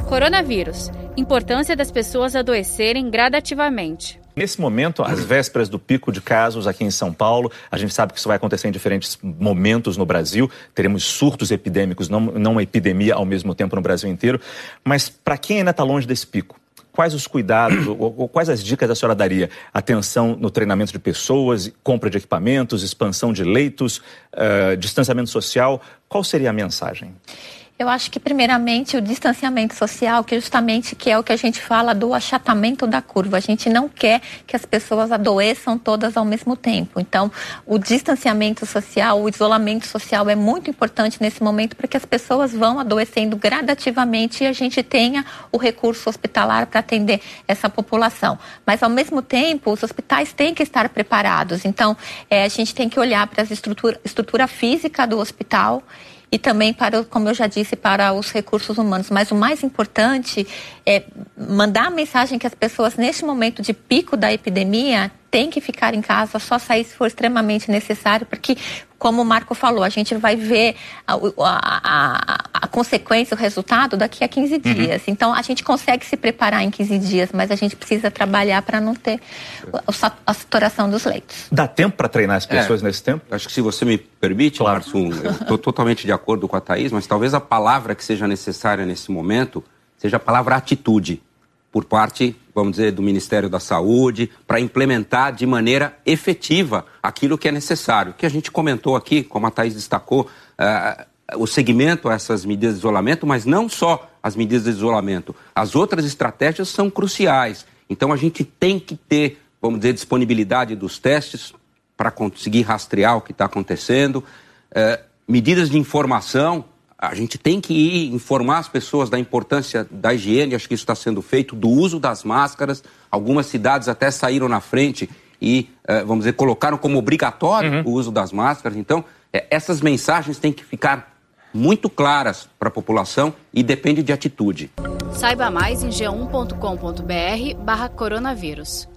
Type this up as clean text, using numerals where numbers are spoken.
Coronavírus. Importância das pessoas adoecerem gradativamente. Nesse momento, às vésperas do pico de casos aqui em São Paulo, a gente sabe que isso vai acontecer em diferentes momentos no Brasil. Teremos surtos epidêmicos, não uma epidemia ao mesmo tempo no Brasil inteiro. Mas para quem ainda está longe desse pico, quais os cuidados ou quais as dicas a senhora daria? Atenção no treinamento de pessoas, compra de equipamentos, expansão de leitos, distanciamento social. Qual seria a mensagem? Eu acho que, primeiramente, o distanciamento social, que justamente é o que a gente fala do achatamento da curva. A gente não quer que as pessoas adoeçam todas ao mesmo tempo. Então, o distanciamento social, o isolamento social é muito importante nesse momento para que as pessoas vão adoecendo gradativamente e a gente tenha o recurso hospitalar para atender essa população. Mas, ao mesmo tempo, os hospitais têm que estar preparados. Então, a gente tem que olhar para a estrutura física do hospital e também, como eu já disse, para os recursos humanos. Mas o mais importante é mandar a mensagem que as pessoas, neste momento de pico da epidemia, têm que ficar em casa, só sair se for extremamente necessário, porque, como o Marco falou, a gente vai ver a consequência, o resultado daqui a 15 dias. Então, a gente consegue se preparar em 15 dias, mas a gente precisa trabalhar para não ter a saturação dos leitos. Dá tempo para treinar as pessoas nesse tempo? Acho que, se você me permite, claro. Márcio, eu estou totalmente de acordo com a Thaís, mas talvez a palavra que seja necessária nesse momento seja a palavra atitude, por parte, vamos dizer, do Ministério da Saúde, para implementar de maneira efetiva aquilo que é necessário. Que a gente comentou aqui, como a Thaís destacou, o segmento a essas medidas de isolamento, mas não só as medidas de isolamento. As outras estratégias são cruciais. Então, a gente tem que ter, vamos dizer, disponibilidade dos testes para conseguir rastrear o que está acontecendo. Medidas de informação. A gente tem que informar as pessoas da importância da higiene, acho que isso está sendo feito, do uso das máscaras. Algumas cidades até saíram na frente e, vamos dizer, colocaram como obrigatório o uso das máscaras. Então, essas mensagens têm que ficar muito claras para a população e depende de atitude. Saiba mais em g1.com.br/coronavírus.